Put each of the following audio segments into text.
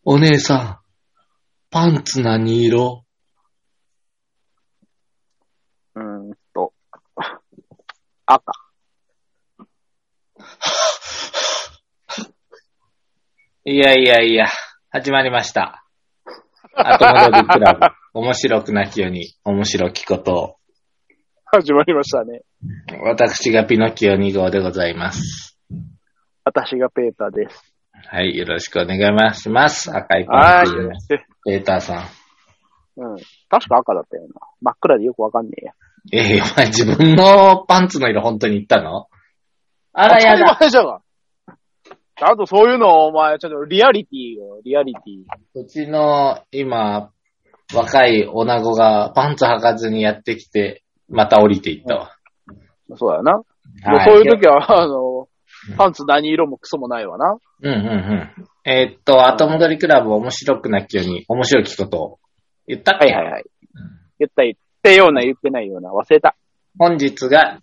お姉さん、パンツ何色？ 赤。 いや、始まりました。後戻りクラブ。面白くなきように、面白きことを。 始まりましたね。 私がピノキオ2号でございます。 私がペーターです。 はい、よろしくお願いします。赤いパンツのペーターさん。 確か赤だったよな。真っ暗でよくわかんねえや。 お前自分のパンツの色本当に言ったの？あらやだ。 当たり前じゃが。あとそういうのお前、ちょっとリアリティよ、リアリティ。 うちの今、若い女子がパンツ履かずにやってきて、また降りていったわ。 そうやな。 はい、 そういう時は、パンツ何色もクソもないわな。 後戻りクラブ面白くなきように、面白きことを言ったっけ？ はい。言ったような言ってないような忘れた。 本日が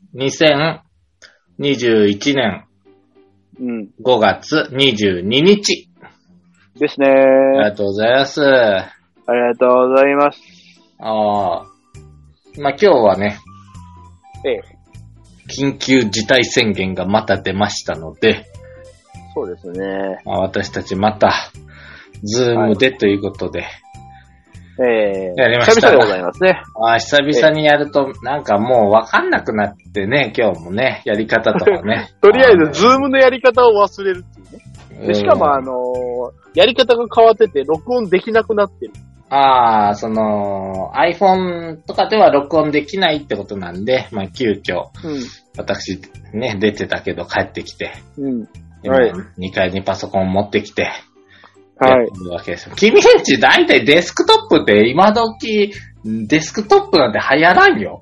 2021年5月22日。 ですね。 ありがとうございます。 ありがとうございます。 まあ今日はね、緊急事態宣言がまた出ましたので、 そうですね。 私たちまた、ズームでということで、やりました。 久々でございますね。 久々にやると、なんかもうわかんなくなってね、今日もね、やり方とかね。 とりあえず、ズームのやり方を忘れるっていうね。でしかもやり方が変わってて、録音できなくなってる。 iPhone とかでは録音できないってことなんで、急遽、私ね、出てたけど帰ってきて、2階にパソコン持ってきて、やってるわけですよ。君んち大体デスクトップって今時、デスクトップなんて流行らんよ。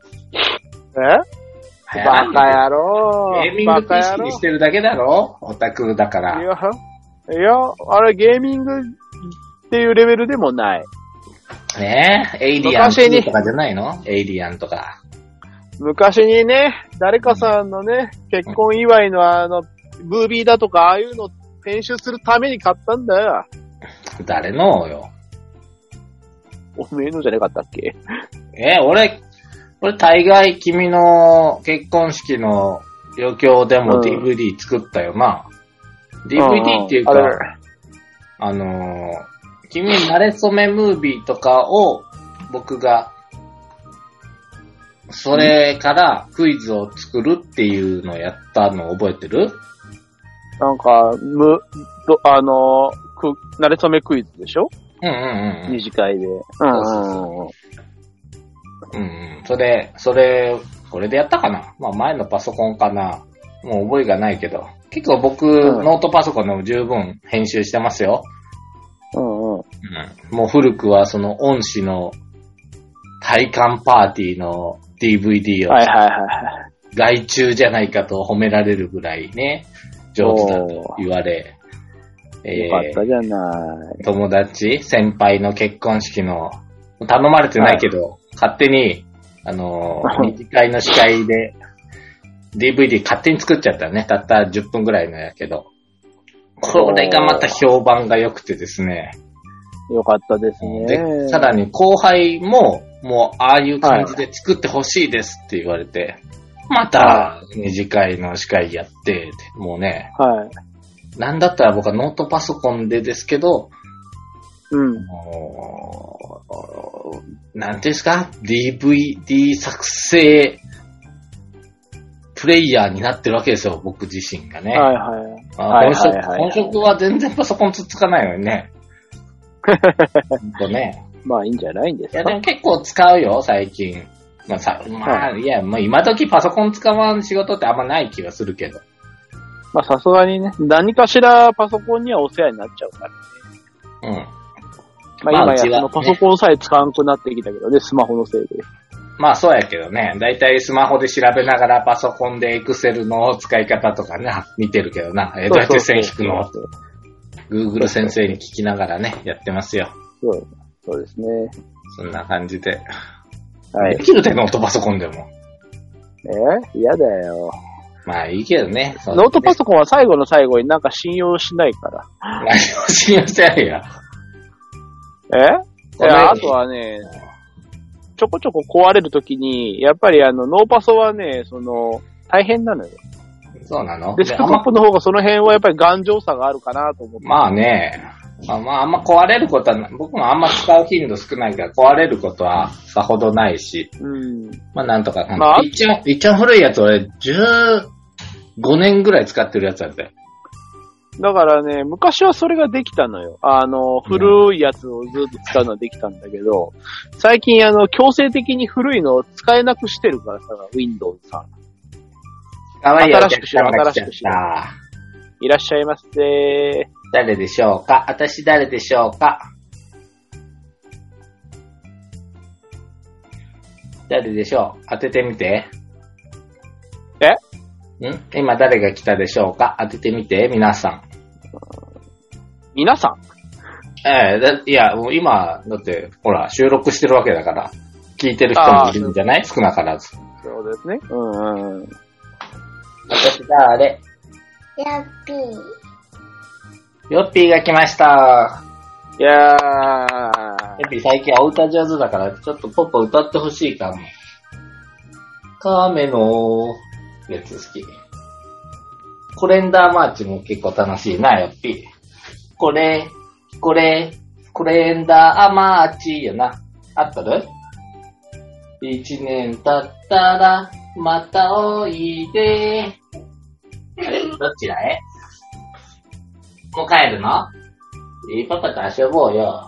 バカ野郎。 ゲーミング PC にしてるだけだろ？オタクだから。 いや、あれゲーミングっていうレベルでもない。 エイリアン2とかじゃないの？エイリアンとか。 昔にね、誰かさんのね、結婚祝いのムービーだとか、ああいうの編集するために買ったんだよ。 誰のよ。 おめえのじゃなかったっけ？ 俺大概君の結婚式の余興でも DVD 作ったよな。DVD っていうか、君慣れ初めムービーとかを僕が、それからクイズを作るっていうのをやったのを覚えてる？ なんか、慣れ初めクイズでしょ？二次会で。 これでやったかな？前のパソコンかな？もう覚えがないけど。結構僕、ノートパソコンでも十分編集してますよ。もう古くはその恩師の体感パーティーの DVD を、外注じゃないかと褒められるぐらいね、上手だと言われ、 よかったじゃない。 友達、先輩の結婚式の、頼まれてないけど、勝手に、二次会の司会で、DVD 勝手に作っちゃったね。たった10分ぐらいのやけど。これがまた評判が良くてですね。 よかったですね。 で、さらに後輩も、もうああいう感じで作ってほしいですって言われて、また二次会の司会やって、もうね、なんだったら僕はノートパソコンでですけど、なんていうんですか ?DVD 作成プレイヤーになってるわけですよ、僕自身がね。本職は全然パソコンつっつかないのにね。ほんとね。 いいんじゃないんですか。 いや、でも結構使うよ、最近。今時パソコン使わん仕事ってあんまない気がするけど。 さすがにね、何かしらパソコンにはお世話になっちゃうから。今やパソコンさえ使わなくなってきたけどね、スマホのせいで。 そうやけどね。だいたいスマホで調べながらパソコンでエクセルの使い方とかね、見てるけどな。どうやって線引くの？ Google 先生に聞きながらね、やってますよ。 そうですね。 そんな感じで。できるで、ノートパソコンでも。 嫌だよ。 いいけどね。 ノートパソコンは最後の最後になんか信用しないから。 信用してないや。 あとはね、ちょこちょこ壊れるときに、やっぱりノーパソはね、大変なのよ。 そうなの？ デスクトップの方がその辺はやっぱり頑丈さがあるかなと思って。 まあね、あんま壊れることは、僕もあんま使う頻度少ないから壊れることはさほどないし。まあなんとか。一番古いやつ俺15年ぐらい使ってるやつだったよ。 だからね、昔はそれができたのよ。古いやつをずっと使うのはできたんだけど、最近強制的に古いのを使えなくしてるからさ、Windows さ。新しくしろ。いらっしゃいませ。 誰でしょうか？私誰でしょうか？誰でしょう？当ててみて。今誰が来たでしょうか？当ててみて、皆さん。 皆さん？ いや、もう今、だって、ほら、収録してるわけだから、聞いてる人もいるんじゃない？少なからず。 そうですね。 私誰？ ヨッピー。 ヨッピーが来ました。 いやー。 ヨッピー最近お歌上手だから、ちょっとポッポ歌ってほしいかも。カメのやつ好き。コレンダーマーチも結構楽しいな、ヨッピー。コレンダーマーチやな。あったる？一年経ったら、またおいで。あれ？どっちだい？もう帰るの？パパと遊ぼうよ。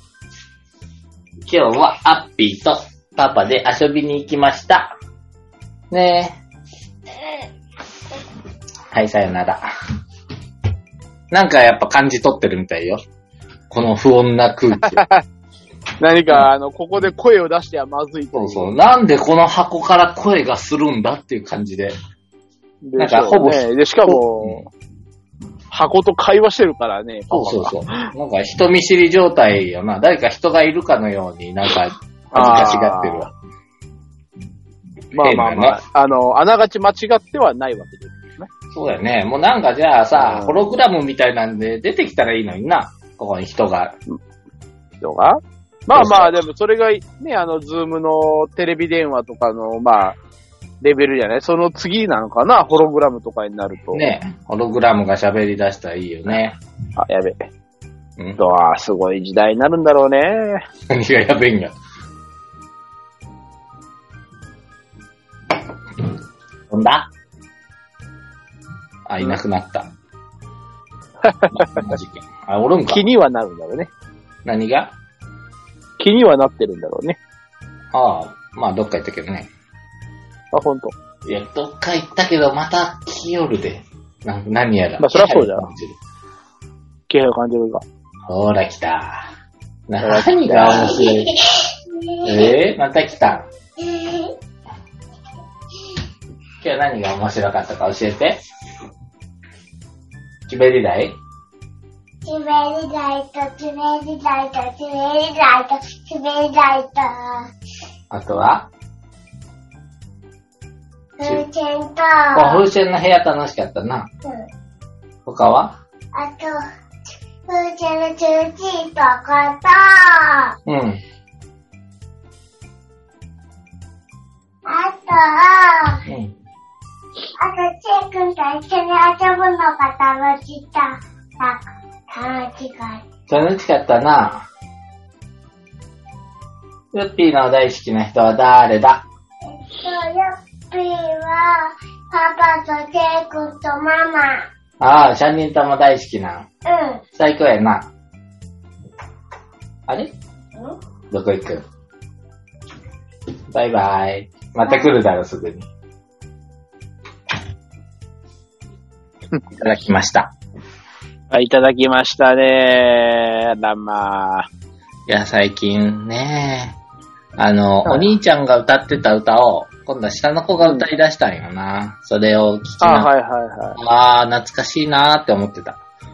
今日はアッピーとパパで遊びに行きました。ねえ。はい、さよなら。なんかやっぱ感じ取ってるみたいよ。この不穏な空気。 何か、ここで声を出してはまずいと。 そう。なんでこの箱から声がするんだっていう感じで。 なんかほぼ。で、しかも、箱と会話してるからね。 そう。なんか人見知り状態よな。誰か人がいるかのようになんか恥ずかしがってるわ。 あながち間違ってはないわけですね。 そうだよね。もうなんかじゃあさ、ホログラムみたいなんで出てきたらいいのにな。ここに人が。 でもそれがね、ズームのテレビ電話とかの、レベルじゃないその次なのかなホログラムとかになると。 ねホログラムが喋り出したらいいよね。 あ、やべえ。すごい時代になるんだろうね。 何がやべえんや。飛んだ？いなくなった。事件。おるんか。 気にはなるんだろうね。 何が？ 気にはなってるんだろうね。 どっか行ったけどね。 ほんと。 いや、どっか行ったけど、また来よるで。何やら。 そりゃそうじゃん。気配を感じるか。 ほら来た。何が面白い？また来た。今日何が面白かったか教えて。滑り台？ 滑り台と滑り台と滑り台と滑り台と。 あとは？ 風船と。 風船の部屋楽しかったな。他は？ あと、風船の中心とこと。あと、チェイ君と一緒に遊ぶのが楽しかった。 楽しかったな。ヨッピーの大好きな人は誰だ？ ヨッピーは、パパとチェイ君とママ。 3人とも大好きな。最高やな。あれ？どこ行く？バイバイ。また来るだろ、すぐに。いただきました。 いただきましたね。 いや、最近ね、お兄ちゃんが歌ってた歌を、今度は下の子が歌い出したんよな。それを聞きながら、懐かしいなーって思ってた。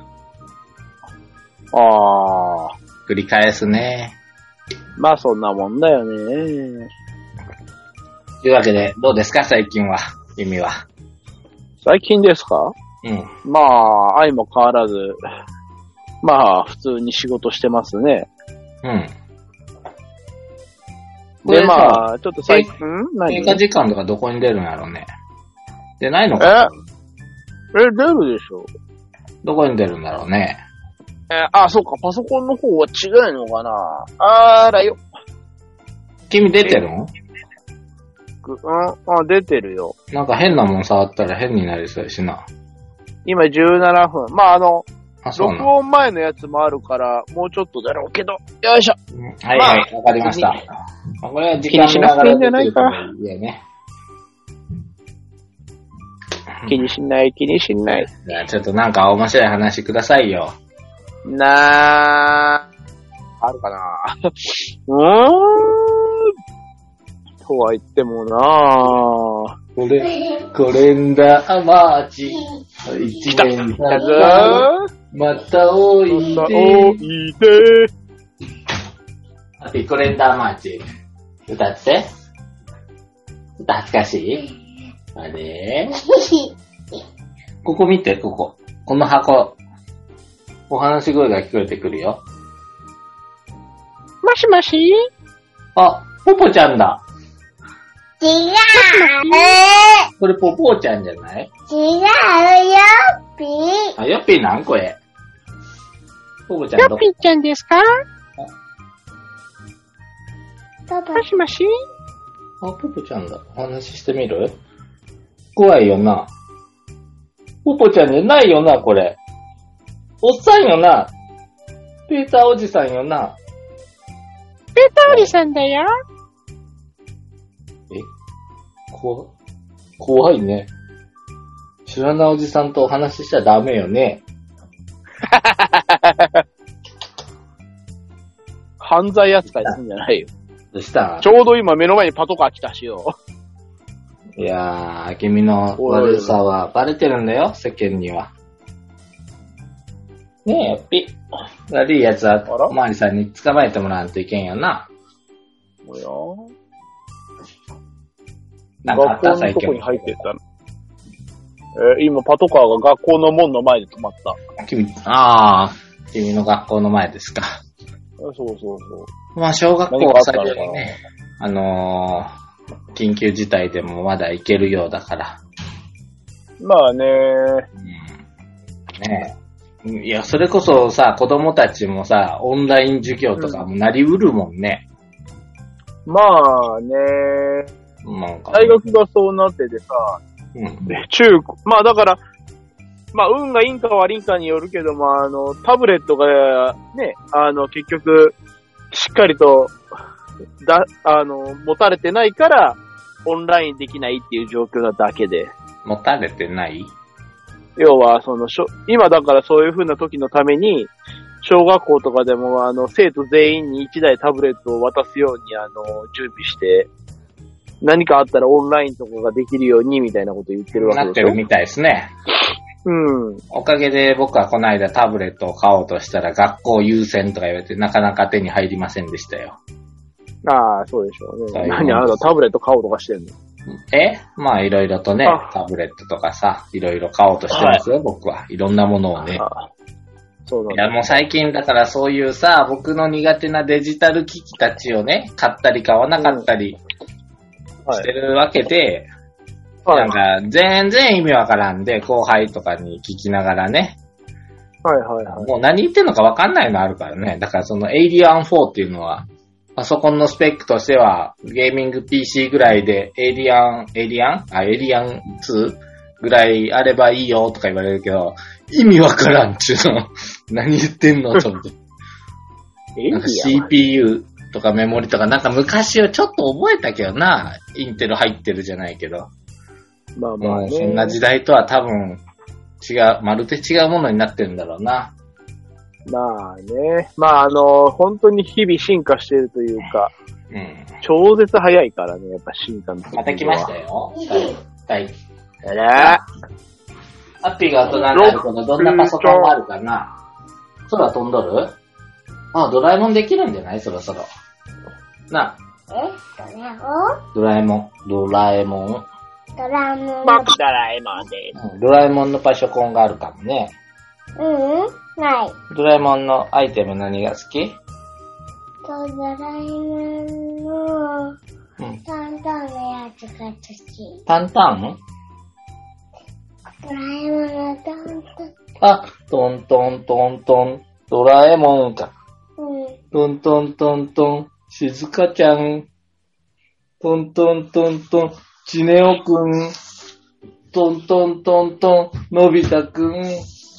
繰り返すね。 そんなもんだよね。 というわけで、どうですか、最近は、ユミは。 最近ですか？相も変わらず、普通に仕事してますね。 うん。 で、まあ、ちょっと最近、 経過時間とかどこに出るんやろうね。出ないのか出るでしょ。 どこに出るんだろうね。 そうか、パソコンの方は違うのかな。あらよ。 君出てるの？ 出てるよ。 なんか変なもん触ったら変になりそうやしな。 今17分。まあ録音前のやつもあるから、もうちょっとだろうけど。よいしょ。 はいはい、わかりました。これは時間見ながらできるからいいやね。 気にしない。 じゃあちょっとなんか面白い話くださいよ。 あるかなとは言ってもなコレンダーマーチ。一年だぞ。またおいで。コレンダーマーチ。歌って。恥ずかしい？あれここ見て、ここ。この箱。お話し声が聞こえてくるよ。 もしもし？ あ、ポポちゃんだ。 違う。 これポポちゃんじゃない？ 違うよ、ピー。 あ、ヨッピーなんこれ？ポポちゃんヨッピーちゃんですか？もしもし？ あ、ポポちゃんだ。お話ししてみる？怖いよな。ポポちゃんじゃないよな、これ。おっさんよな。ペーターおじさんよな。 ペーターおじさんだよ。 怖いね。知らないおじさんとお話ししちゃダメよね。 犯罪扱いするんじゃないよ。 どうした？ ちょうど今目の前にパトカー来たしよ。 いやー、君の悪さはバレてるんだよ、世間には。ねえ、よっぴ。悪い奴は、おまわりさんに捕まえてもらわんといけんよな。 おやなんかあった最近。学校のとこに入ってったの。今パトカーが学校の門の前で止まった。 君の学校の前ですか。 そう。 まあ、小学校は最初にね、緊急事態でもまだ行けるようだから。 まあね。 ねえ。いや、それこそさ、子供たちもさ、オンライン授業とかもなりうるもんね。 まあね。なんか大学がそうなっててさ、まあだから、まあ運がいいんか悪いんかによるけども、タブレットがね、結局、しっかりと、持たれてないから、オンラインできないっていう状況なだけで。 持たれてない？ 要は、今だからそういう風な時のために、小学校とかでも、生徒全員に1台タブレットを渡すように、準備して、何かあったらオンラインとかができるように、みたいなこと言ってるわけでしょ。 なってるみたいですね。おかげで僕はこの間タブレットを買おうとしたら学校優先とか言われてなかなか手に入りませんでしたよ。 ああ、そうでしょうね。何あなたタブレット買おうとかしてんの？ まあいろいろとね、タブレットとかさ、いろいろ買おうとしてますよ、僕は。いろんなものをね。 そうだね。 いやもう最近だからそういうさ、僕の苦手なデジタル機器たちをね、買ったり買わなかったりしてるわけで、なんか全然意味わからんで、後輩とかに聞きながらね。もう何言ってんのかわかんないのあるからね。だからそのエイリアン4っていうのは、パソコンのスペックとしては、ゲーミング PC ぐらいで、エイリアン2ぐらいあればいいよとか言われるけど、意味わからんっちゅうの。何言ってんのちょっと。なんか CPU とかメモリとかなんか昔はちょっと覚えたけどな。インテル入ってるじゃないけど。 まあまあね。 そんな時代とは多分まるで違うものになってるんだろうな。 まあね。まあ本当に日々進化しているというか、超絶早いからね、やっぱ進化の。 また来ましたよ。はい。ハッピーが大人になることどんなパソコンがあるかな。空飛んどる？ドラえもんできるんじゃない？そろそろ。な。ドラえもんです。 ドラえもんです。 ドラえもんのパソコンがあるかもね。 ない。 ドラえもんのアイテム何が好き？ ドラえもんのタンタンのやつが好き。 タンタン？ ドラえもんのタンタン。 あ、トントントントン、ドラえもんか。トントントントン、しずかちゃん。トントントントン、ちねおくん。トントントントン、のび太くん。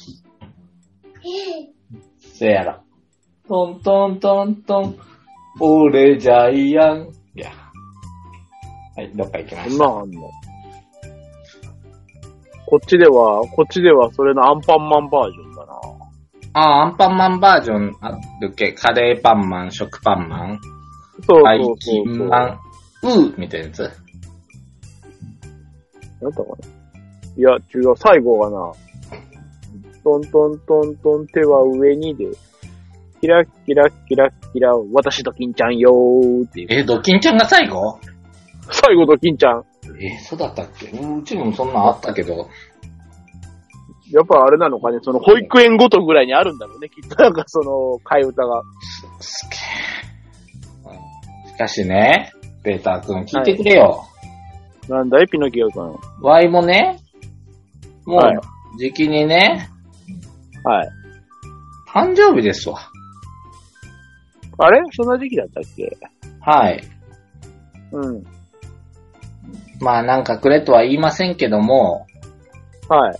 せやろ。トントントントン、俺ジャイアン。いや。はい、どっか行きました。 あんの。こっちではそれのアンパンマンバージョンだな。 アンパンマンバージョンあるっけ？カレーパンマン、食パンマン。 そう。 バイキンマン、みたいなやつ。 なんだかな。いや、違う、最後がな、トントントントン手は上にで、キラッキラッキラッキラ、私ドキンちゃんよーっていう。 ドキンちゃんが最後？ 最後ドキンちゃん。 そうだったっけ？うちもそんなんあったけど。 やっぱあれなのかね、その保育園ごとぐらいにあるんだろうね、きっとなんかその、替え歌が。 すげえ。しかしね、ペーター君聞いてくれよ。 はい、なんだい、ピノキオ君。 ワイもね、もう、時期にね、 はい。 誕生日ですわ。 あれ？そんな時期だったっけ？ はい。 うん。 まあなんかくれとは言いませんけども、 はい。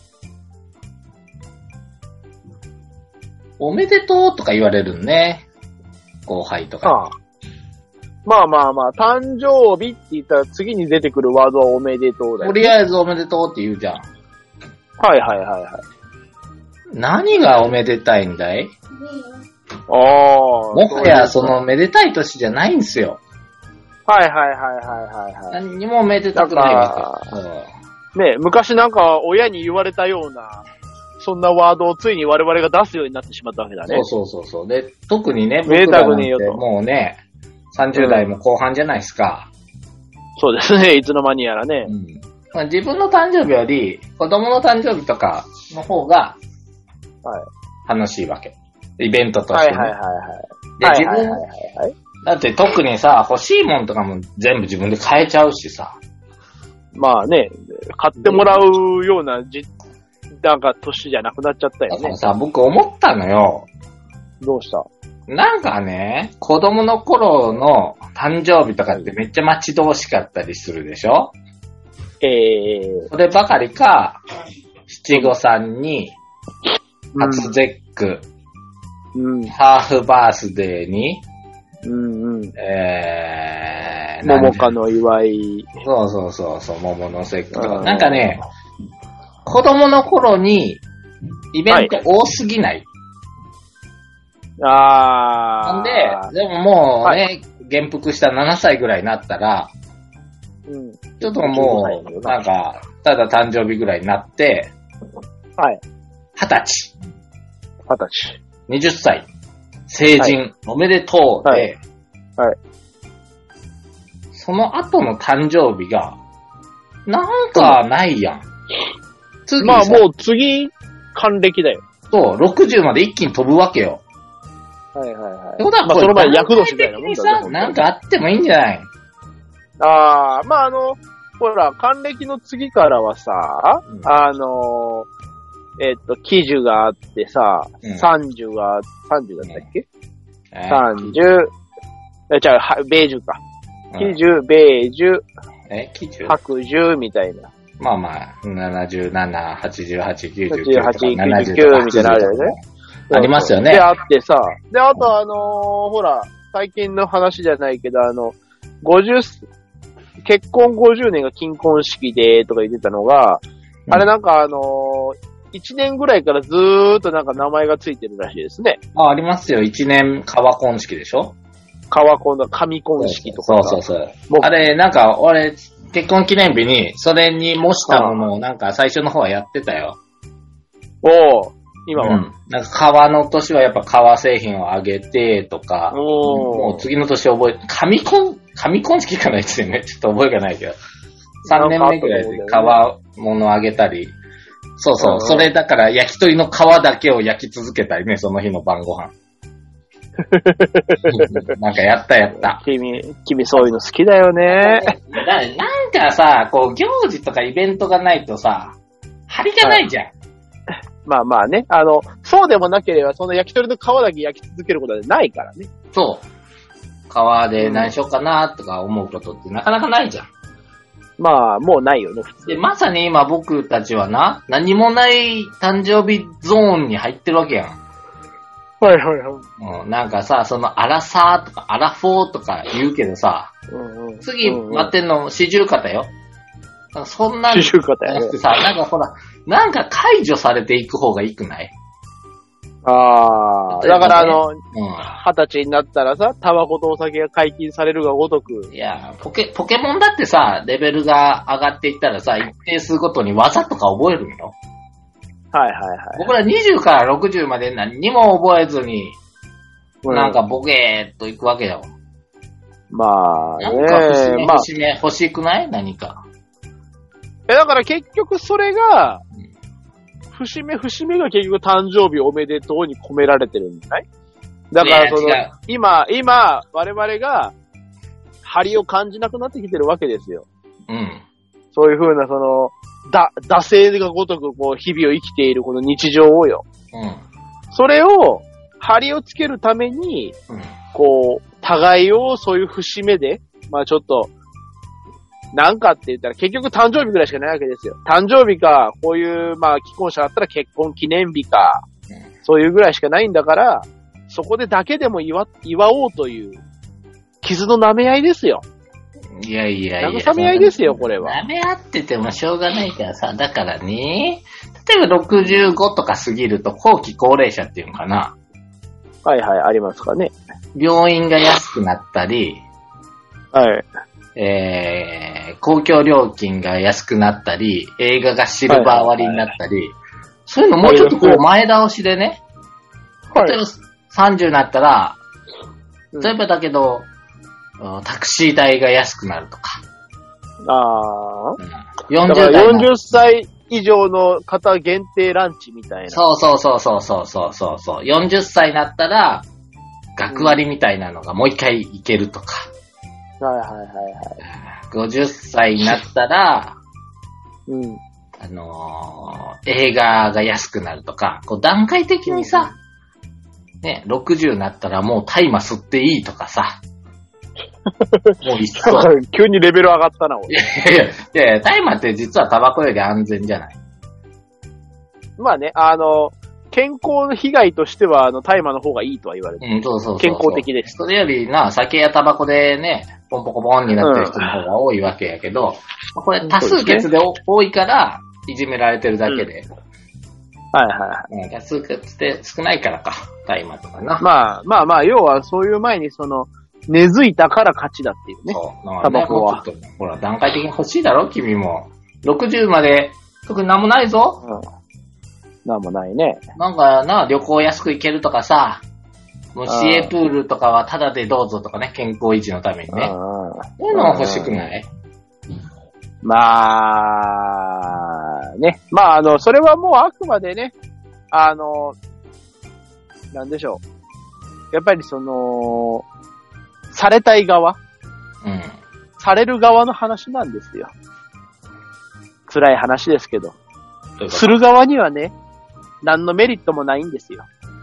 おめでとうとか言われるね。後輩とか。 はあ、まあまあまあ、誕生日って言ったら次に出てくるワードはおめでとうだよ、ね。 とりあえずおめでとうって言うじゃん。 はいはいはいはい。 何がおめでたいんだい？ ああ。 もはやそのめでたい年じゃないんですよ。 はいはいはいはいはい。 何にもめでたくないわけ。ね、昔なんか親に言われたような、そんなワードをついに我々が出すようになってしまったわけだね。 そう。で、特にね、僕らなんてもうね、30代も後半じゃないですか。 そうですね、いつの間にやらね。 まあ、自分の誕生日より、子供の誕生日とかの方が、楽しいわけ。イベントとして、ね。 はい。 で、自分、だって特にさ、欲しいもんとかも全部自分で買えちゃうしさ。 まあね、買ってもらうようななんか年じゃなくなっちゃったよね。 だからさ、僕思ったのよ。 どうした？ なんかね、子供の頃の誕生日とかってめっちゃ待ち遠しかったりするでしょ？そればかりか、七五三に、初節句、ハーフバースデーに、 桃花の祝い。 そう、桃の節句とか。なんかね、子供の頃に、イベント多すぎない。なんでももうね、元服した7歳ぐらいになったら、ちょっともう、なんか、ただ誕生日ぐらいになって、20歳。20歳。成人、おめでとうで、その後の誕生日が、なんかないやん。 まあもう次、還暦だよ。 そう、60まで一気に飛ぶわけよ。ってことは、 まあその前役年みたいなもんだね。なんかあってもいいんじゃない？ まあほら、還暦の次からはさ、喜寿があってさ、30だったっけ？ 30、じゃあ、米寿か。喜寿、米寿、白寿みたいな。 まあ、77、88、99、 89みたいなのあるよね。 ありますよね。 で、あってさ、で、あとほら、最近の話じゃないけど、結婚50年が金婚式で、とか言ってたのが、あれなんか1年ぐらいからずーっとなんか名前がついてるらしいですね。 ありますよ。1年川婚式でしょ？ 川婚の上婚式とか。 そう。あれ、なんか、俺、結婚記念日に、それに模したものをなんか最初の方はやってたよ。 今は。 なんか革の年はやっぱ革製品をあげてとか、もう次の年覚え、上婚式かな1年目。ちょっと覚えがないけど。3年目ぐらいで革物をあげたり。そう。それだから焼き鳥の皮だけを焼き続けたりね、その日の晩ご飯。 なんかやった。 君そういうの好きだよね。 なんかさ、こう、行事とかイベントがないとさ、張りがないじゃん。はい、 まあまあね。そうでもなければ、その焼き鳥の皮だけ焼き続けることはないからね。 そう。皮で何しようかなとか思うことってなかなかないじゃん。 まあ、もうないよね、普通。 で、まさに今僕たちはな、何もない誕生日ゾーンに入ってるわけやん。 はいはいはい。 なんかさ、そのアラサーとかアラフォーとか言うけどさ、次待ってんの四十肩よ。そんな四十肩やね。 さ、なんかほら、なんか解除されていく方がいいくない？ ああ、だから20歳になったらさ、タバコとお酒が解禁されるがごとく。 いや、ポケモンだってさ、レベルが上がっていったらさ、一定数ごとに技とか覚えるんよ。 はいはいはい。 僕ら20から60まで何にも覚えずに、なんかボケーっといくわけよ。 まあね。 なんか節目欲しくない？何か。 だから結局それが、節目が結局誕生日おめでとうに込められてるんじゃない？だから今、我々が、張りを感じなくなってきてるわけですよ。 うん。 そういう風な惰性がごとくこう、日々を生きているこの日常をよ。 うん。 それを、張りをつけるために、こう、互いをそういう節目で、まあちょっと、なんかって言ったら結局誕生日ぐらいしかないわけですよ。誕生日か、こういう、まあ既婚者だったら結婚記念日か、そういうぐらいしかないんだから、そこでだけでも祝おうという、傷の舐め合いですよ。 いや。 慰め合いですよ、これは。 舐め合っててもしょうがないからさ、だからね、例えば65とか過ぎると後期高齢者っていうのかな。 はいはい、ありますかね。 病院が安くなったり、 はい。 公共料金が安くなったり、映画がシルバー割りになったり、そういうのもうちょっとこう前倒しでね、例えば30になったら、例えばだけど、タクシー代が安くなるとか。 ああ。 40 歳以上の方限定ランチみたいな。 そう。40歳になったら、学割みたいなのがもう一回いけるとか。 はい。 50歳になったら、映画が安くなるとか、こう段階的にさ、ね、60になったらもう大麻吸っていいとかさ。もう一層。 急にレベル上がったな、俺。 いや、大麻って実はタバコより安全じゃない？ まあね、健康の被害としては、大麻の方がいいとは言われてる。 そう。 健康的です。 それよりな、酒やタバコでね、ポンポコポンになってる人の方が多いわけやけど、これ多数決で多いから、いじめられてるだけで。 はい。 多数決で少ないからか、大麻とかな。 まあ、要はそういう前に根付いたから勝ちだっていうね。 そう。タバコは。ほら、段階的に欲しいだろ、君も。60まで、特になんもないぞ。 なんもないね。 なんかな、旅行安く行けるとかさ、もう市営プールとかはタダでどうぞとかね、健康維持のためにね。そういうのは欲しくない？ まあ、ね。まあ、それはもうあくまでね、なんでしょう。やっぱりされたい側、される側の話なんですよ。辛い話ですけど。する側にはね、何のメリットもないんですよ。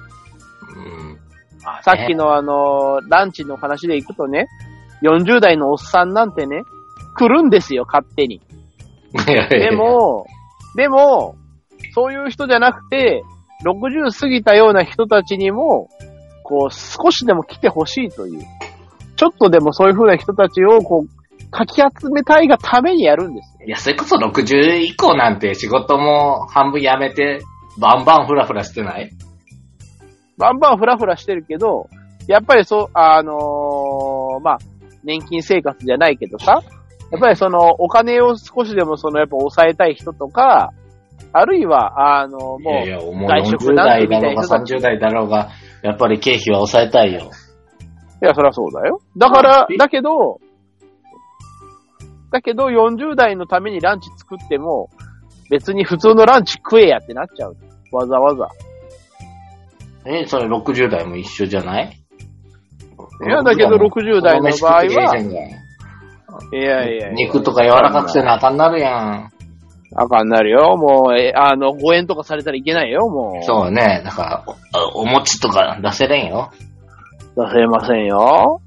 さっきのランチの話でいくとね、40代のおっさんなんてね、来るんですよ、勝手に。でも、そういう人じゃなくて、60過ぎたような人たちにも、こう、少しでも来てほしいという。ちょっとでもそういう風な人たちを、こう、かき集めたいがためにやるんですよ。 いや、それこそ60以降なんて仕事も半分やめて、バンバンフラフラしてない？ バンバンフラフラしてるけど、やっぱりまあ、年金生活じゃないけどさ、やっぱりお金を少しでもやっぱ抑えたい人とか、あるいは、もう、 外食なんてみたいな人たち。40代だろうが30代だろうが、やっぱり経費は抑えたいよ。 いや、そりゃそうだよ。だけど40代のためにランチ作っても、別に普通のランチ食えやってなっちゃう。わざわざ。 それ60代も一緒じゃない？ いや、だけど60代の場合は、いや。 肉とか柔らかくせなあかんなるやん。 あかんなるよ。もう、誤嚥とかされたらいけないよ、もう。 そうね。だから、お餅とか出せれんよ。 出せませんよ。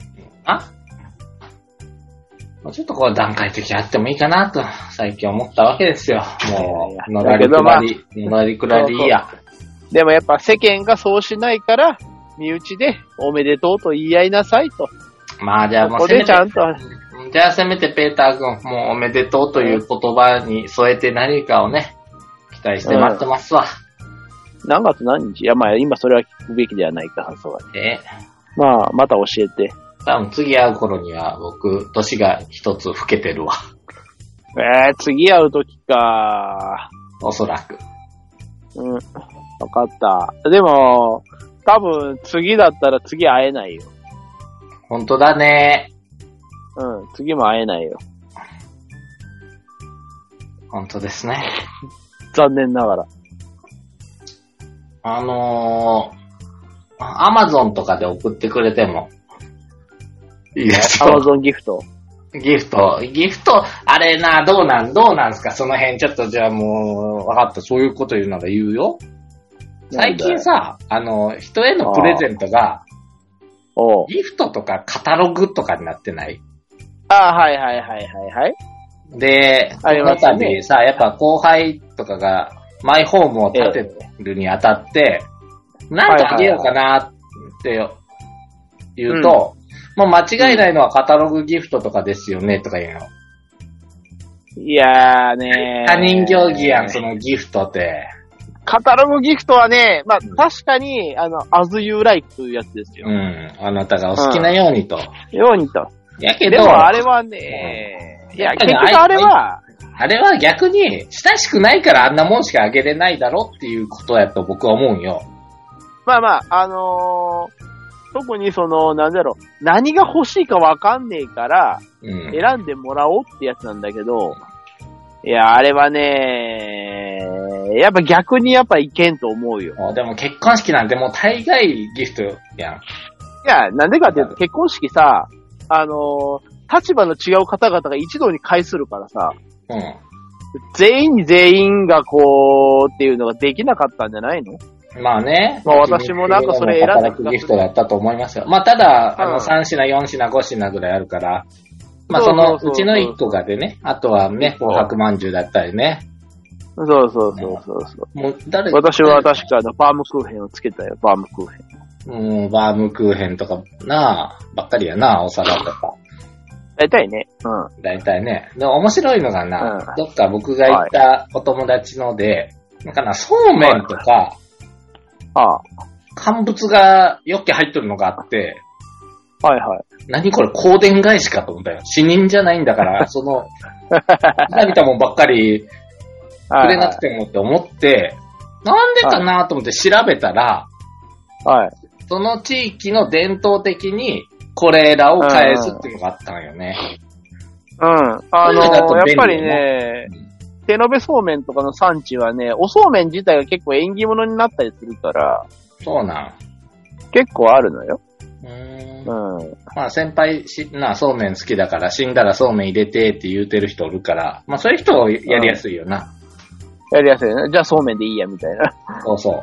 ちょっとこう段階的にあってもいいかなと、最近思ったわけですよ。もう、のらりくらりいいや。 でもやっぱ世間がそうしないから、身内でおめでとうと言い合いなさいと。 まあじゃあもうここでちゃんと。 じゃあせめてペーター君、もうおめでとうという言葉に添えて何かをね、期待して待ってますわ。 何月何日？いやまあ今それは聞くべきではないか、さすがに。まあ、また教えて。 多分次会う頃には僕、年が一つ老けてるわ。 次会うときか。 おそらく。 わかった。でも、多分次だったら次会えないよ。 本当だね。 次も会えないよ。 本当ですね。 残念ながら。 アマゾンとかで送ってくれてもいいですよ。アマゾンギフト。 ギフト、あれな、どうなんすかその辺ちょっとじゃあもう、わかった。そういうこと言うなら言うよ。最近さ、人へのプレゼントが、ギフトとかカタログとかになってない？ はい。 で、この度さ、やっぱ後輩とかがマイホームを建てるにあたって、なんかあげようかなって言うと、もう間違いないのはカタログギフトとかですよねとか言うの。 いやーねー。 他人行儀やん、そのギフトって。 カタログギフトはね、まあ、確かに、as you like というやつですよ。 あなたがお好きなようにと。やけど。 でもあれはね、いや、結局あれは逆に、親しくないからあんなもんしかあげれないだろっていうことやと僕は思うんよ。 まあ、特になんだろう、何が欲しいかわかんねえから、選んでもらおうってやつなんだけど、いや、あれはね、やっぱ逆にいけんと思うよ。 でも結婚式なんてもう大概ギフトやん。 いや、なんでかっていうと結婚式さ、立場の違う方々が一堂に会するからさ、全員がこうっていうのができなかったんじゃないの？ まあね。 まあ私もなんかそれ選んだ働くギフトだったと思いますよ。まあただ、3品、4品、5品ぐらいあるから、まあそのうちの1個がでね、あとはね、紅白まんじゅうだったりね。 そう。もう私は確かバームクーヘンをつけたよ、バームクーヘン。 バームクーヘンとかばっかりやな、お皿とか。 大体ね。 大体ね。でも面白いのがな、どっか僕が行ったお友達ので、そうめんとか、乾物がよっけ入ってるのがあって、何これ香典返しかと思ったよ。死人じゃないんだから、何たもんばっかりくれなくてもって思って、なんでかなと思って調べたら、その地域の伝統的にこれらを返すっていうのがあったのよね。 やっぱりね、手延べそうめんとかの産地はね、おそうめん自体が結構縁起物になったりするから、 そうなん。 結構あるのよ。 まあ先輩そうめん好きだから死んだらそうめん入れてって言うてる人おるから、まあそういう人をやりやすいよな。 やりやすいね。じゃあそうめんでいいやみたいな。 そう。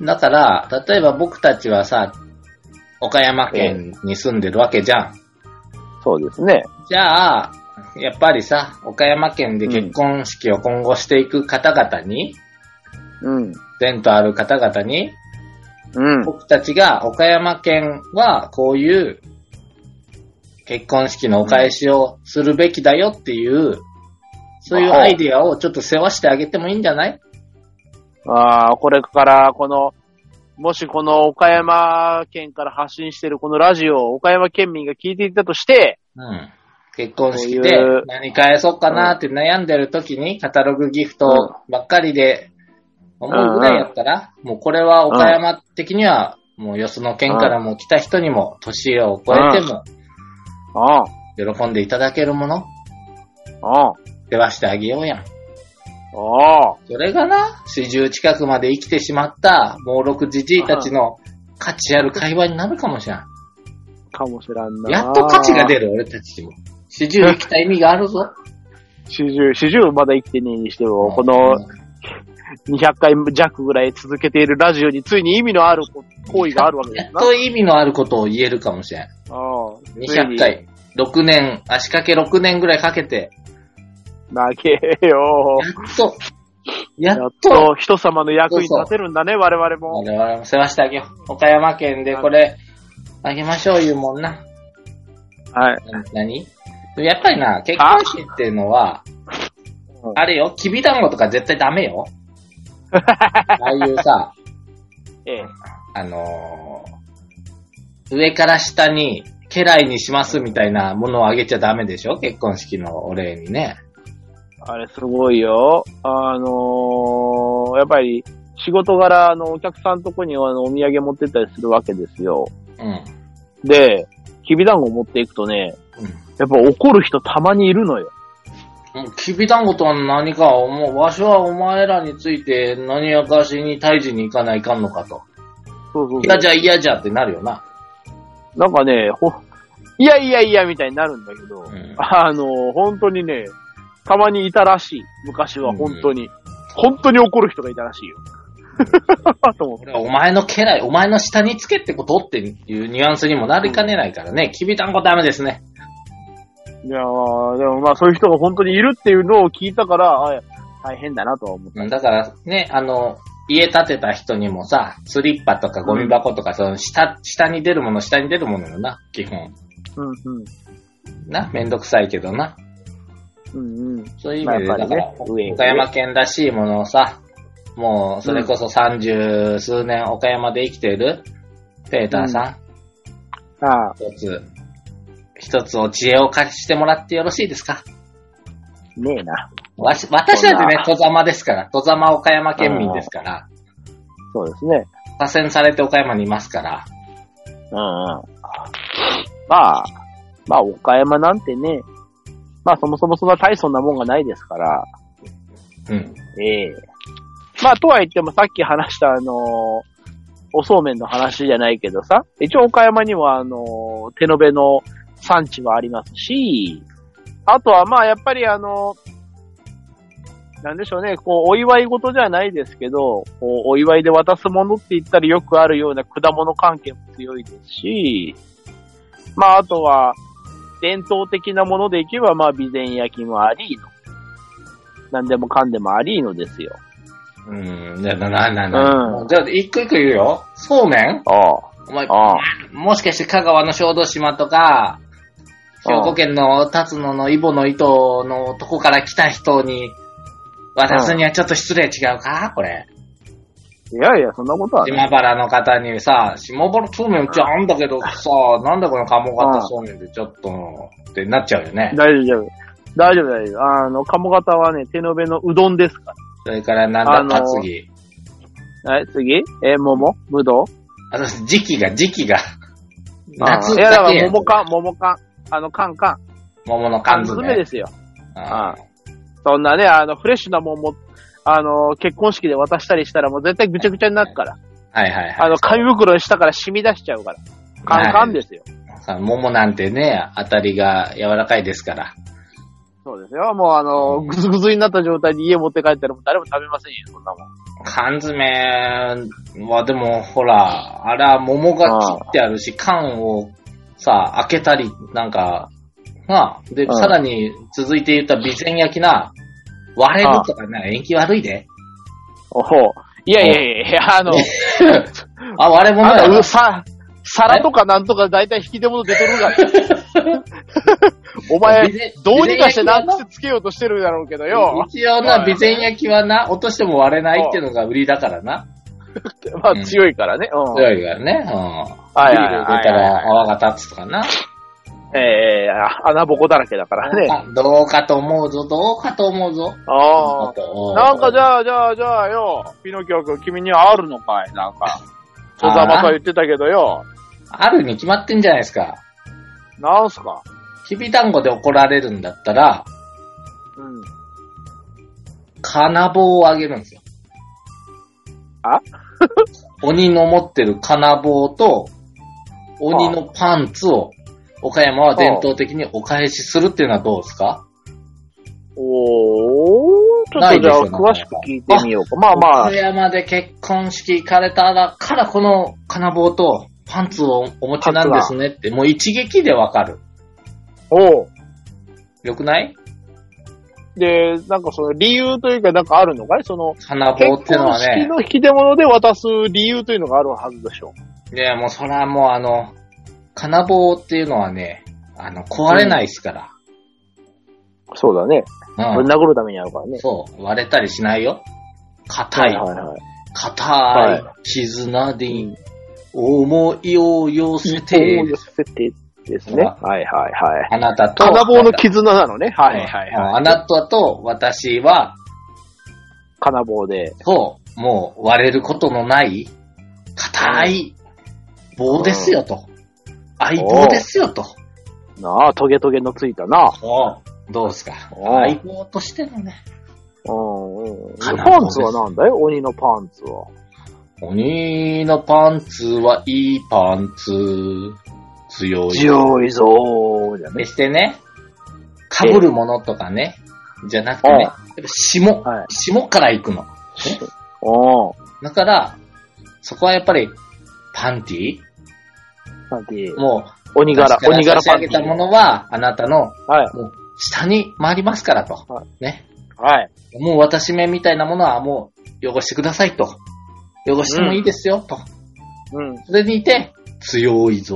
だから、例えば僕たちはさ、岡山県に住んでるわけじゃん。 そうですね。 じゃあ、やっぱりさ、岡山県で結婚式を今後していく方々に、伝統ある方々に、僕たちが岡山県はこういう結婚式のお返しをするべきだよっていう、そういうアイディアをちょっと世話してあげてもいいんじゃない？ これからもしこの岡山県から発信してるこのラジオを岡山県民が聞いていたとして、 結婚式で何返そうかなって悩んでる時にカタログギフトばっかりで思うぐらいやったら、もうこれは岡山的にはもうよその県からも来た人にも年を超えても喜んでいただけるもの世話してあげようやん。それがな、40近くまで生きてしまった、猛録じじいたちの価値ある会話になるかもしれん。 かもしらんな。 やっと価値が出る、俺たちも。40生きた意味があるぞ。 40まだ生きてねえにしても、この200回弱ぐらい続けているラジオについに意味のある行為があるわけですな。 やっと意味のあることを言えるかもしれん。200回。6年、足掛け6年ぐらいかけて。 長えよ。やっと人様の役に立てるんだね、我々も。 我々も世話してあげよう。岡山県でこれ、あげましょう言うもんな。 はい。 何？やっぱりな、結婚式っていうのは、あれよ、きびだんごとか絶対ダメよ。ああいうさ、上から下に、家来にしますみたいなものをあげちゃダメでしょ？結婚式のお礼にね。 あれすごいよ。やっぱり仕事柄お客さんとこにお土産持ってったりするわけですよ。 うん。 で、きびだんご持っていくとね、やっぱ怒る人たまにいるのよ。 きびだんごとは何か、もうわしはお前らについて何やかしに退治に行かないかんのかと。 そう。 嫌じゃってなるよな。 なんかね、いやみたいになるんだけど、本当にね、たまにいたらしい。昔は本当に。本当に怒る人がいたらしいよ。と思って。 お前の家来、お前の下につけってことっていうニュアンスにもなりかねないからね。きびだんごダメですね。 いやー、でもまあそういう人が本当にいるっていうのを聞いたから、大変だなとは思った。 だからね、家建てた人にもさ、スリッパとかゴミ箱とか、その下に出るものよな、基本。めんどくさいけどな。そういう意味で、だから、岡山県らしいものをさ、もう、それこそ30数年岡山で生きている、ペーターさん。一つお知恵を貸してもらってよろしいですか？ ねえな。 私はね、戸様ですから。戸様岡山県民ですから。 そうですね。 左遷されて岡山にいますから。 まあ、岡山なんてね、まあそもそもそんな大層なもんがないですから。まあとは言ってもさっき話したおそうめんの話じゃないけどさ、一応岡山には手延べの産地はありますし、あとはまあやっぱりなんでしょうね、お祝い事じゃないですけど、お祝いで渡すものって言ったらよくあるような果物関係も強いですし、まああとは伝統的なものでいけばまあ備前焼きもありの。なんでもかんでもありのですよ。 じゃあ一個一個言うよ。そうめん？お前、もしかして香川の小豆島とか、兵庫県の辰野のイボの糸のとこから来た人に渡すにはちょっと失礼違うかこれ。 いや、そんなことはない。島原の方にさ、島原そうめんうちあんだけどさ、なんだこの鴨型そうめんでちょっと、ってなっちゃうよね。 大丈夫。鴨型はね、手延べのうどんですから。 それからなんだ次。 次桃ぶどう時期が。夏だけ。 いや、だから桃缶。缶。 桃の缶詰。 缶詰ですよ。そんなね、フレッシュなもんも、結婚式で渡したりしたらもう絶対ぐちゃぐちゃになるから。紙袋の下から染み出しちゃうから。缶ですよ。 桃なんてね、当たりが柔らかいですから。 そうですよ。もうぐずぐずになった状態で家持って帰ったらもう誰も食べませんよ、そんなもん。 缶詰はでも、ほら、あれは桃が切ってあるし、缶をさ、開けたり、なんか、で、さらに続いて言った備前焼きな、割れるとかね、縁起悪いで。 いや、 割れ物だよ。 皿とかなんとかだいたい引き出物出とるから。お前、どうにかして何癖つけようとしてるだろうけどよ。 一応な、備前焼きはな、落としても割れないっていうのが売りだからな。 まあ強いからね。 強いからね。ビール入れたら泡が立つとかな。 穴ぼこだらけだからね。 どうかと思うぞ。 なんかじゃあよ、ピノキオ君君にはあるのかいなんか。戸様と言ってたけどよ。 あるに決まってんじゃないですか。 なんすか？ きびだんごで怒られるんだったら、金棒をあげるんですよ。鬼の持ってる金棒と、 鬼のパンツを、岡山は伝統的にお返しするっていうのはどうですか？ ちょっとじゃあ詳しく聞いてみようか。まあまあ。 岡山で結婚式行かれたからこの金棒とパンツをお持ちなんですねって、もう一撃でわかる。よくない？ で、なんかその理由というかなんかあるのかい？その、 金棒っていうのはね。結婚式の引き出物で渡す理由というのがあるはずでしょう。 いや、もうそれはもう金棒っていうのはね、壊れないですから。 そうだね。これ殴るためにあるからね。 そう。割れたりしないよ。硬い。硬い絆で思いを寄せて。 ですね。はいはいはい。 あなたと。 金棒の絆なのね。はいはいはい。 あなたと私は、 金棒で。 そう。もう割れることのない、硬い棒ですよと。相棒ですよと。 なあ、トゲトゲのついたな。 どうですか？相棒としてのね。 パンツはなんだよ？鬼のパンツは。 鬼のパンツはいいパンツ。強いぞーじゃね。 決してね、被るものとかね、じゃなくてね、霜から行くの。だから、そこはやっぱり、パンティもう、 鬼柄パンティ差し上げたものは、あなたの、もう下に回りますからと。ね。 はい。 もう私めみたいなものはもう汚してくださいと。汚してもいいですよと。それにいて、強いぞ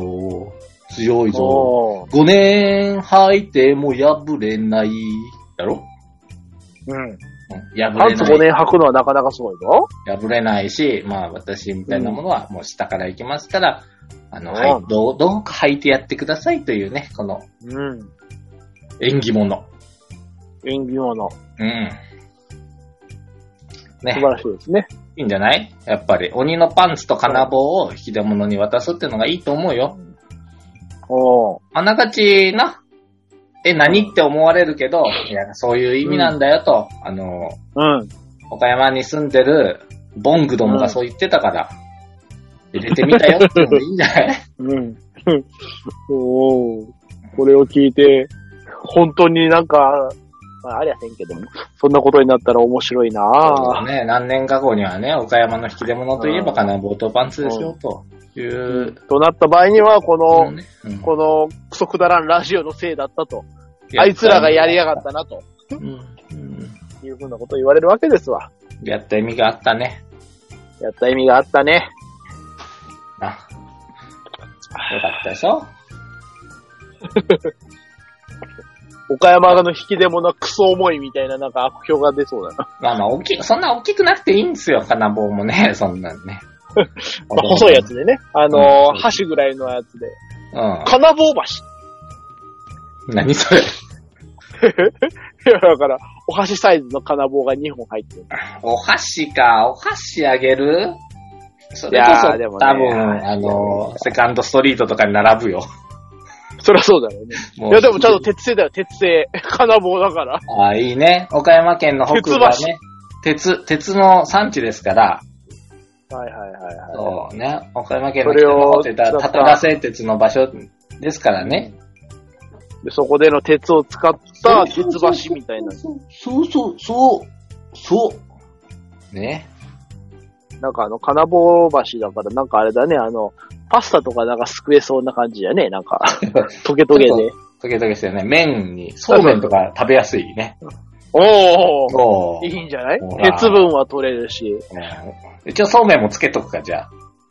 ー。5年履いても破れない。だろ？破れない。 パンツ5年履くのはなかなかすごいぞ。 破れないし、まあ私みたいなものはもう下から行きますから、どうか履いてやってくださいというね、この、縁起物。ね。 素晴らしいですね。 いいんじゃない？やっぱり、鬼のパンツと金棒を引き出物に渡すっていうのがいいと思うよ。あながちな、何って思われるけど、いや、そういう意味なんだよと、岡山に住んでるボングどもがそう言ってたから、入れてみたよっていうのでいいんじゃない？ これを聞いて、本当になんか、ありゃせんけども、そんなことになったら面白いなぁ。 ね、何年か後にはね、岡山の引き出物といえば金棒とパンツですよ、という。 となった場合には、このクソくだらんラジオのせいだったと。あいつらがやりやがったなと。いうふうなことを言われるわけですわ。 やった意味があったね。 やった意味があったね。 よかったでしょ？ 岡山の引き出物はクソ重いみたいななんか悪評が出そうだな。 まあそんな大きくなくていいんですよ、金棒もね、そんなんね。 細いやつでね。箸ぐらいのやつで。金棒箸。 何それ？いや、だから、お箸サイズの金棒が2本入ってる。 お箸あげる？それこそ、でもね、多分、セカンドストリートとかに並ぶよ。 そりゃそうだよね。いや、でもちゃんと鉄製だよ、鉄製。金棒だから。 いいね。岡山県の北部はね、鉄の産地ですから。そうね。岡山県の北の方って言ったら、たたら製鉄の場所ですからね。 で、そこでの鉄を使った鉄橋みたいな。 そう。ね。 なんか金棒橋だから、なんかあれだね、パスタとかなんかすくえそうな感じだね、なんか。トゲトゲで。 トゲトゲですよね。麺に、そうめんとか食べやすいね。 いいんじゃない？鉄分は取れるし。 一応そうめんもつけとくか、じゃあ。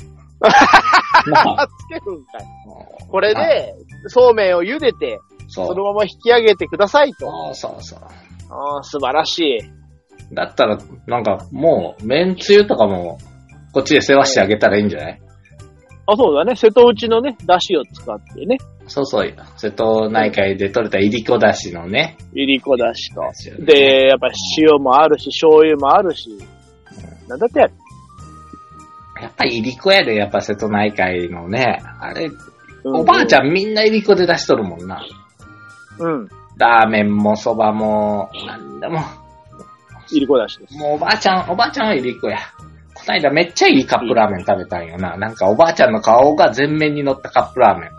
つけるんかい。これで、そうめんを茹でて、そのまま引き上げてくださいと。 そう。 素晴らしい。 だったら、なんか、もう、麺つゆとかも、こっちで世話してあげたらいいんじゃない？ そうだね。瀬戸内のね、出汁を使ってね。 そう。瀬戸内海で採れたいりこ出汁のね。 いりこ出汁と。で、やっぱ塩もあるし、醤油もあるし。なんだってやる。 やっぱりいりこやで、やっぱ瀬戸内海のね。あれ、おばあちゃんみんないりこで出しとるもんな。ラーメンもそばも、なんでも。 いりこ出しです。 もうおばあちゃんはいりこや。ここの間めっちゃいいカップラーメン食べたんよな。なんかおばあちゃんの顔が全面に乗ったカップラーメン。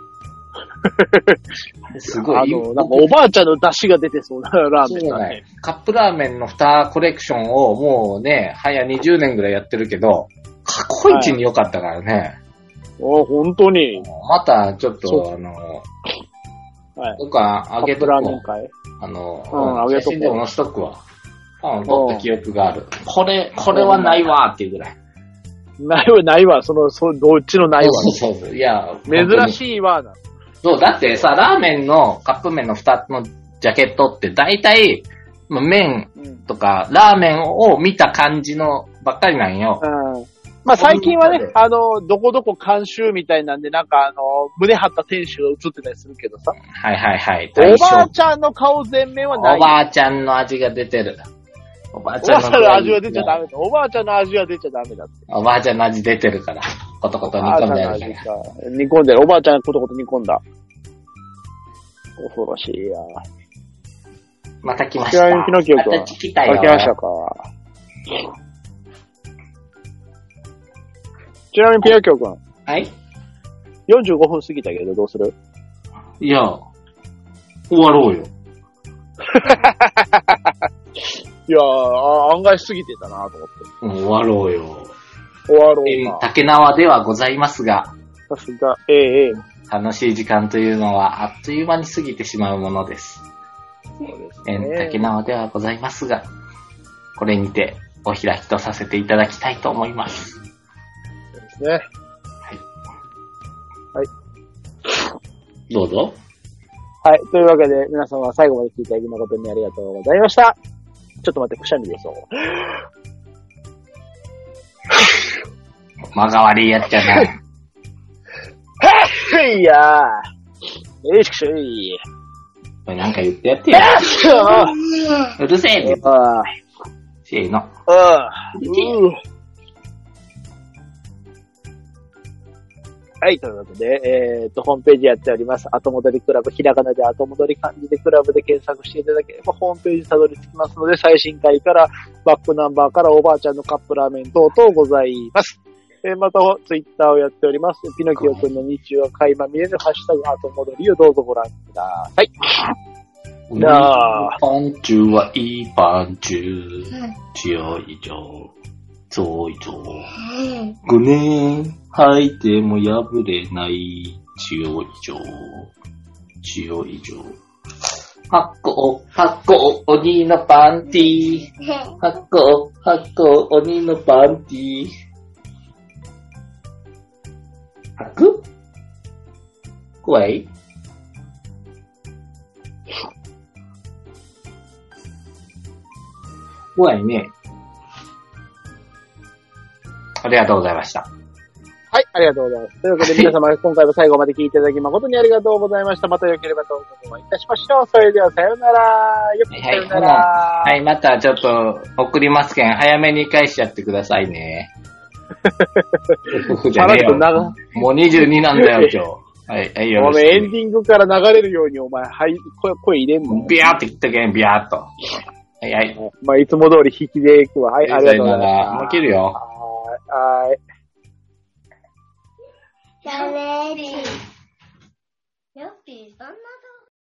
すごい。 なんかおばあちゃんの出汁が出てそうなラーメンだね。 カップラーメンの2コレクションをもうね、早20年ぐらいやってるけど、過去一に良かったからね。 本当に。 またちょっとどっかあげとこう。 カップラーメン会あげとこう。写真でも載せとくわ。撮った記憶がある。これはないわっていうぐらい。 ないわ。どっちのないわ。 そう。いや、 珍しいわな。 そう、だってさ、ラーメンのカップ麺の蓋のジャケットって大体、麺とか、ラーメンを見た感じのばっかりなんよ。 まあ最近はね、どこどこ監修みたいなんで、なんか胸張った店主が映ってたりするけどさ。 はい。 おばあちゃんの顔全面はない。 おばあちゃんの味が出てる。おばあちゃんの味は出ちゃダメだ。おばあちゃんの味は出ちゃダメだって。 おばあちゃんの味出てるから。コトコト煮込んであるから。 煮込んでる。おばあちゃんがコトコト煮込んだ。恐ろしいや。 また来ました。 ピノキオ君。 また来たよ。 来ましたか。ちなみにピノキオ君。 はい。 45分過ぎたけどどうする？ いや、終わろうよ。 いや案外過ぎてたなと思って。 終わろうよ。 終わろうか。 竹縄ではございますが。 さすが、ええ。 楽しい時間というのはあっという間に過ぎてしまうものです。 そうですね。 竹縄ではございますが、これにてお開きとさせていただきたいと思います。 そうですね。はい。 どうぞ。 はい。というわけで、皆様最後まで聞いていただき誠にありがとうございました。ちょっと待って、くしゃみでそう。 間が悪いやっちゃない。 いやー。よいしょしょい。 これなんか言ってやってよ。うるせえって。せーの。はい、ということで、ホームページやっております。後戻りクラブ、ひらがなで後戻り漢字でクラブで検索していただければ、ホームページたどり着きますので、最新回からバックナンバーからおばあちゃんのカップラーメン等々ございます。また、ツイッターをやっております。ピノキオくんの日中は垣間見れるハッシュタグ後戻りをどうぞご覧ください。 パンチュはいいパンチュ。強いぞ。強いぞ。5年履いても破れない。強いぞ。強いぞ。発酵、鬼のパンティー。発酵、鬼のパンティー。吐く？怖い？怖いね。ありがとうございました。 はい、ありがとうございます。というわけで皆様、今回も最後まで聞いていただき誠にありがとうございました。また良ければとお会いいたしましょう。それではさようなら。さようなら。 はい、またちょっと送りますけん、早めに返しちゃってくださいね。じゃねえよ。もう22なんだよ、今日。はい、よろしく。 エンディングから流れるようにお前、はい、声入れんの？ ビャーって切ったけん、ビャーっと。はい。 まあ、いつも通り引きでいくわ。はい、ありがとうございます。 もう切るよ。 はい。 やめー。よっぴー、そんな